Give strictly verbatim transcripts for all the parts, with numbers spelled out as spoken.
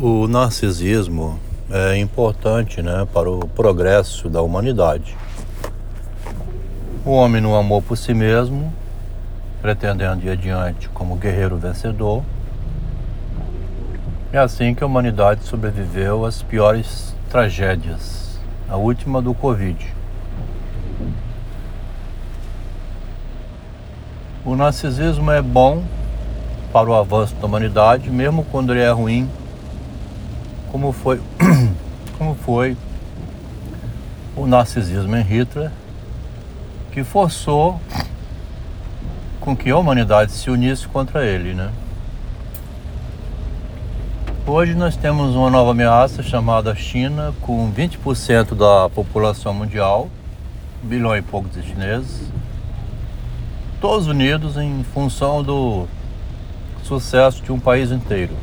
O narcisismo é importante, né, para o progresso da humanidade. O homem no amor por si mesmo, pretendendo ir adiante como guerreiro vencedor. É assim que a humanidade sobreviveu às piores tragédias, a última do Covid. O narcisismo é bom para o avanço da humanidade, mesmo quando ele é ruim, como foi, como foi o narcisismo em Hitler, que forçou com que a humanidade se unisse contra ele, né? Hoje nós temos uma nova ameaça chamada China, com vinte por cento da população mundial, um bilhão e pouco de chineses, todos unidos em função do sucesso de um país inteiro.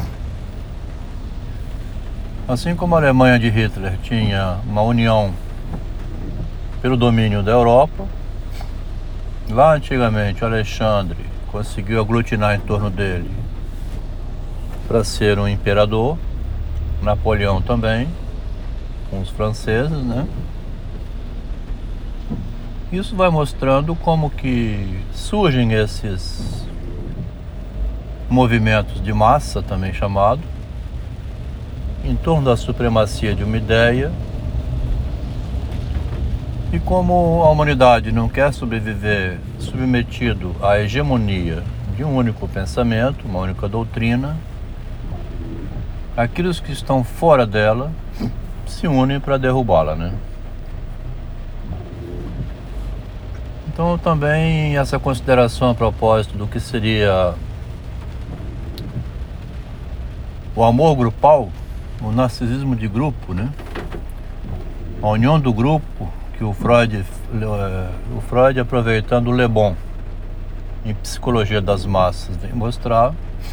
Assim como a Alemanha de Hitler tinha uma união pelo domínio da Europa, lá antigamente Alexandre conseguiu aglutinar em torno dele para ser um imperador, Napoleão também, com os franceses, né? Isso vai mostrando como que surgem esses movimentos de massa, também chamado, em torno da supremacia de uma ideia. E como a humanidade não quer sobreviver submetido à hegemonia de um único pensamento, uma única doutrina, aqueles que estão fora dela se unem para derrubá-la, né? Então também essa consideração a propósito do que seria o amor grupal, o narcisismo de grupo, né? A união do grupo que o Freud, o Freud aproveitando o Le Bon em Psicologia das Massas, vem mostrar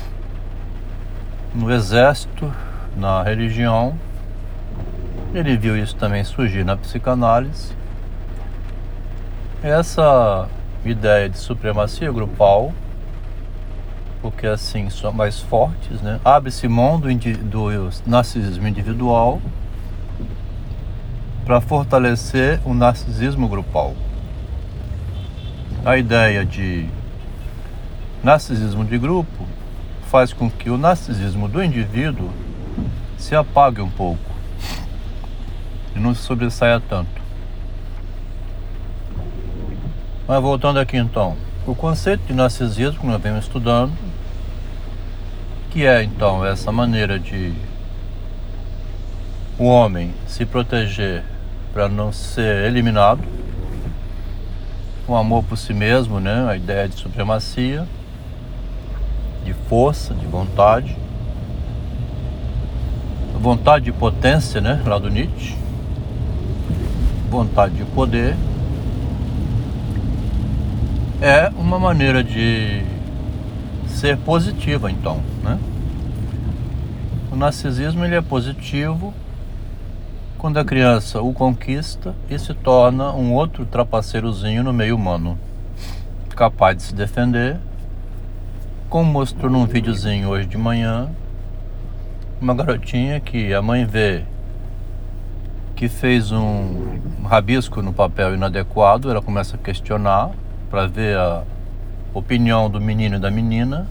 no exército, na religião. Ele viu isso também surgir na psicanálise. Essa ideia de supremacia grupal, porque assim são mais fortes, né? Abre-se mão do, do narcisismo individual para fortalecer o narcisismo grupal. A ideia de narcisismo de grupo faz com que o narcisismo do indivíduo se apague um pouco e não se sobressaia tanto. Mas voltando aqui então, o conceito de narcisismo que nós vemos estudando, que é então essa maneira de o homem se proteger para não ser eliminado, o amor por si mesmo, né? A ideia de supremacia, de força, de vontade, vontade de potência, né? Lá do Nietzsche, vontade de poder, é uma maneira de ser positiva, então, né? O narcisismo ele é positivo quando a criança o conquista e se torna um outro trapaceirozinho no meio humano, capaz de se defender, como mostrou num videozinho hoje de manhã, uma garotinha que a mãe vê que fez um rabisco no papel inadequado, ela começa a questionar para ver a opinião do menino e da menina.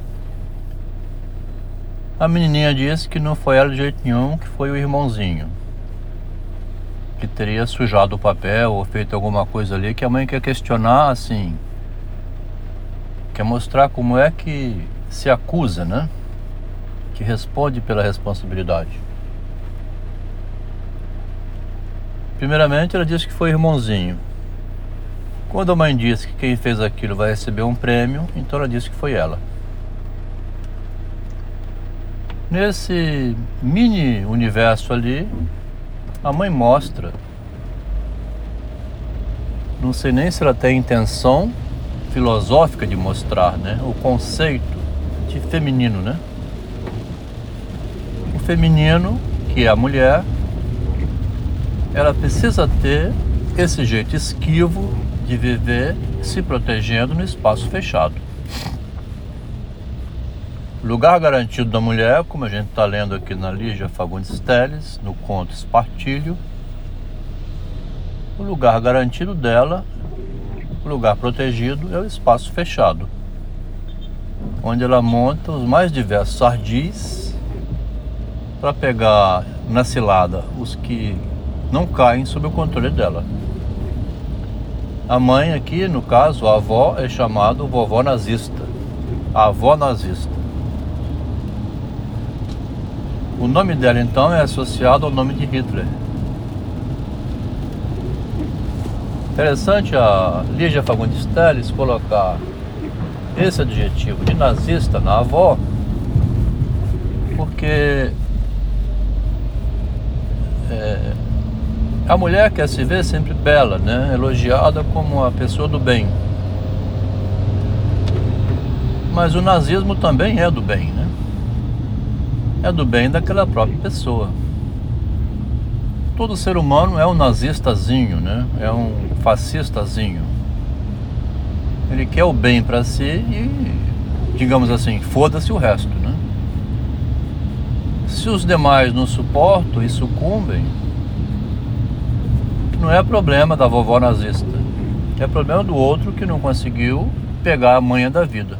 A menininha disse que não foi ela de jeito nenhum, que foi o irmãozinho, que teria sujado o papel ou feito alguma coisa ali, que a mãe quer questionar, assim, quer mostrar como é que se acusa, né? Que responde pela responsabilidade. Primeiramente, ela disse que foi irmãozinho. Quando a mãe disse que quem fez aquilo vai receber um prêmio, então ela disse que foi ela. Nesse mini universo ali, a mãe mostra, não sei nem se ela tem intenção filosófica de mostrar, né, o conceito de feminino, né? O feminino, que é a mulher, ela precisa ter esse jeito esquivo de viver se protegendo no espaço fechado. lugar garantido da mulher, como a gente está lendo aqui na Lígia Fagundes Telles, no conto Espartilho, o lugar garantido dela, o lugar protegido, é o espaço fechado, onde ela monta os mais diversos ardis para pegar na cilada os que não caem sob o controle dela. A mãe aqui, no caso, a avó, é chamada vovó nazista, a avó nazista. O nome dela, então, é associado ao nome de Hitler. Interessante a Lígia Fagundes Telles colocar esse adjetivo de nazista na avó, porque é, a mulher quer se ver sempre bela, né? Elogiada como a pessoa do bem. Mas o nazismo também é do bem, né? É do bem daquela própria pessoa. Todo ser humano é um nazistazinho, né? É um fascistazinho. Ele quer o bem para si e, digamos assim, foda-se o resto, né? Se os demais não suportam e sucumbem, não é problema da vovó nazista. É problema do outro que não conseguiu pegar a manha da vida.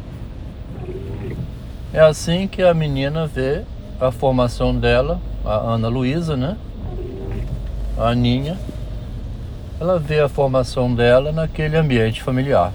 É assim que a menina vê a formação dela, a Ana Luísa, né? A Aninha, ela vê a formação dela naquele ambiente familiar.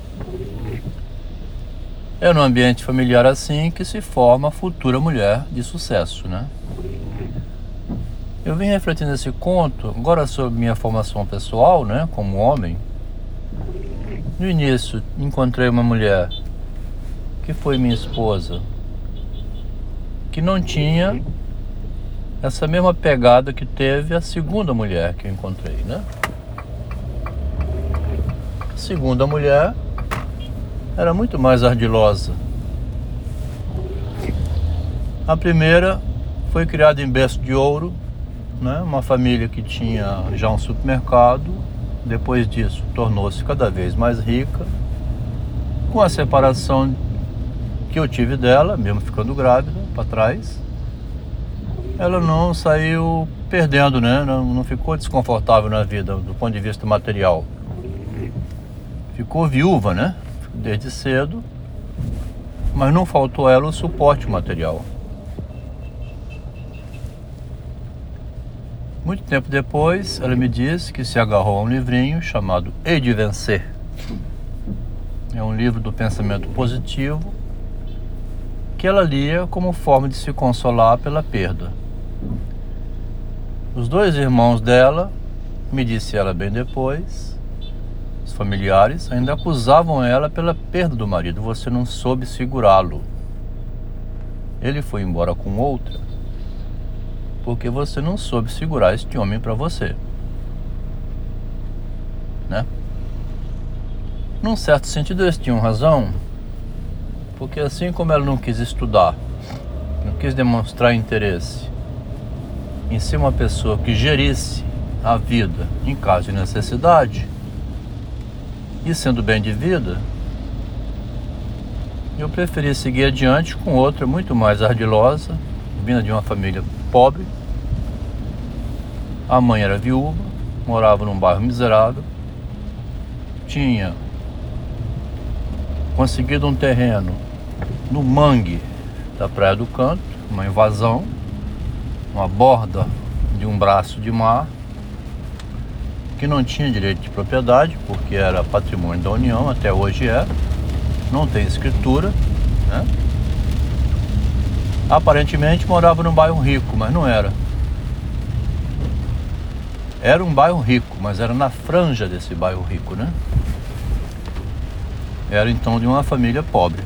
É no ambiente familiar assim que se forma a futura mulher de sucesso, né? Eu vim refletindo nesse conto, agora sobre minha formação pessoal, né, como homem. No início, encontrei uma mulher que foi minha esposa, que não tinha essa mesma pegada que teve a segunda mulher que eu encontrei, né? A segunda mulher era muito mais ardilosa. A primeira foi criada em berço de ouro, né? Uma família que tinha já um supermercado. Depois disso, tornou-se cada vez mais rica. Com a separação que eu tive dela, mesmo ficando grávida, para trás, ela não saiu perdendo, né? Não, não ficou desconfortável na vida do ponto de vista material. Ficou viúva, né? Desde cedo, mas não faltou a ela o suporte material. Muito tempo depois, ela me disse que se agarrou a um livrinho chamado Hei de Vencer. É um livro do pensamento positivo que ela lia como forma de se consolar pela perda. Os dois irmãos dela, me disse ela bem depois, os familiares, ainda acusavam ela pela perda do marido. Você não soube segurá-lo. Ele foi embora com outra porque você não soube segurar este homem para você, né? Num certo sentido eles tinham razão, porque assim como ela não quis estudar, não quis demonstrar interesse em ser uma pessoa que gerisse a vida em caso de necessidade, e sendo bem de vida, eu preferi seguir adiante com outra muito mais ardilosa, vinda de uma família pobre. A mãe era viúva, morava num bairro miserável, tinha conseguido um terreno no mangue da Praia do Canto, uma invasão, uma borda de um braço de mar, que não tinha direito de propriedade, porque era patrimônio da União, até hoje é, não tem escritura, né? Aparentemente morava num bairro rico, mas não era. Era um bairro rico, mas era na franja desse bairro rico, né? Era então de uma família pobre.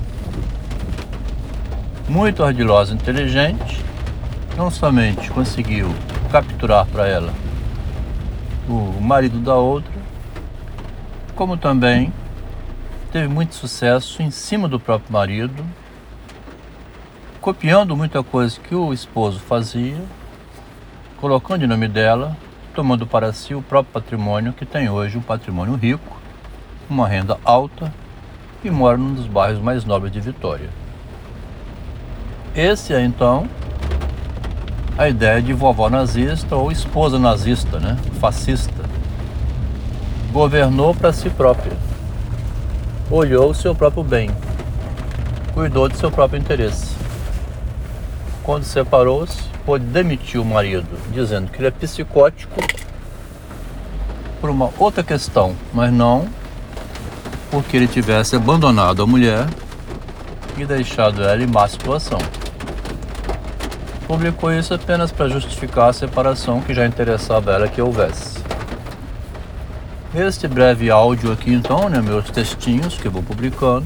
Muito ardilosa, inteligente, não somente conseguiu capturar para ela o marido da outra, como também teve muito sucesso em cima do próprio marido, copiando muita coisa que o esposo fazia, colocando em nome dela, tomando para si o próprio patrimônio, que tem hoje um patrimônio rico, uma renda alta e mora num dos bairros mais nobres de Vitória. Esse é então a ideia de vovó nazista ou esposa nazista, né? Fascista. Governou para si própria, olhou o seu próprio bem, cuidou de seu próprio interesse. Quando separou-se, pôde demitir o marido, dizendo que ele é psicótico por uma outra questão, mas não porque ele tivesse abandonado a mulher e deixado ela em má situação. Publicou isso apenas para justificar a separação que já interessava ela que houvesse. Este breve áudio aqui então, né, meus textinhos que eu vou publicando,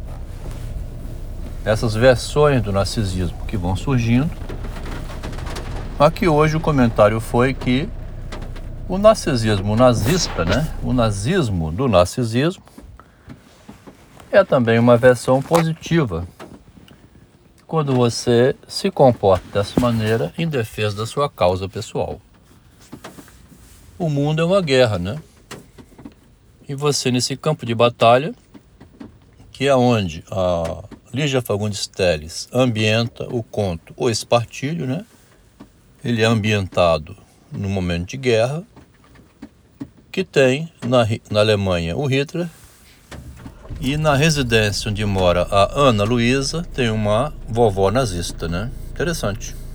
essas versões do narcisismo que vão surgindo. Aqui hoje o comentário foi que o narcisismo nazista, né, o nazismo do narcisismo, é também uma versão positiva quando você se comporta dessa maneira em defesa da sua causa pessoal. O mundo é uma guerra, né? E você nesse campo de batalha, que é onde a Lígia Fagundes Telles ambienta o conto O Espartilho, né? Ele é ambientado no momento de guerra, que tem na, na Alemanha o Hitler, e na residência onde mora a Ana Luísa tem uma vovó nazista, né? Interessante.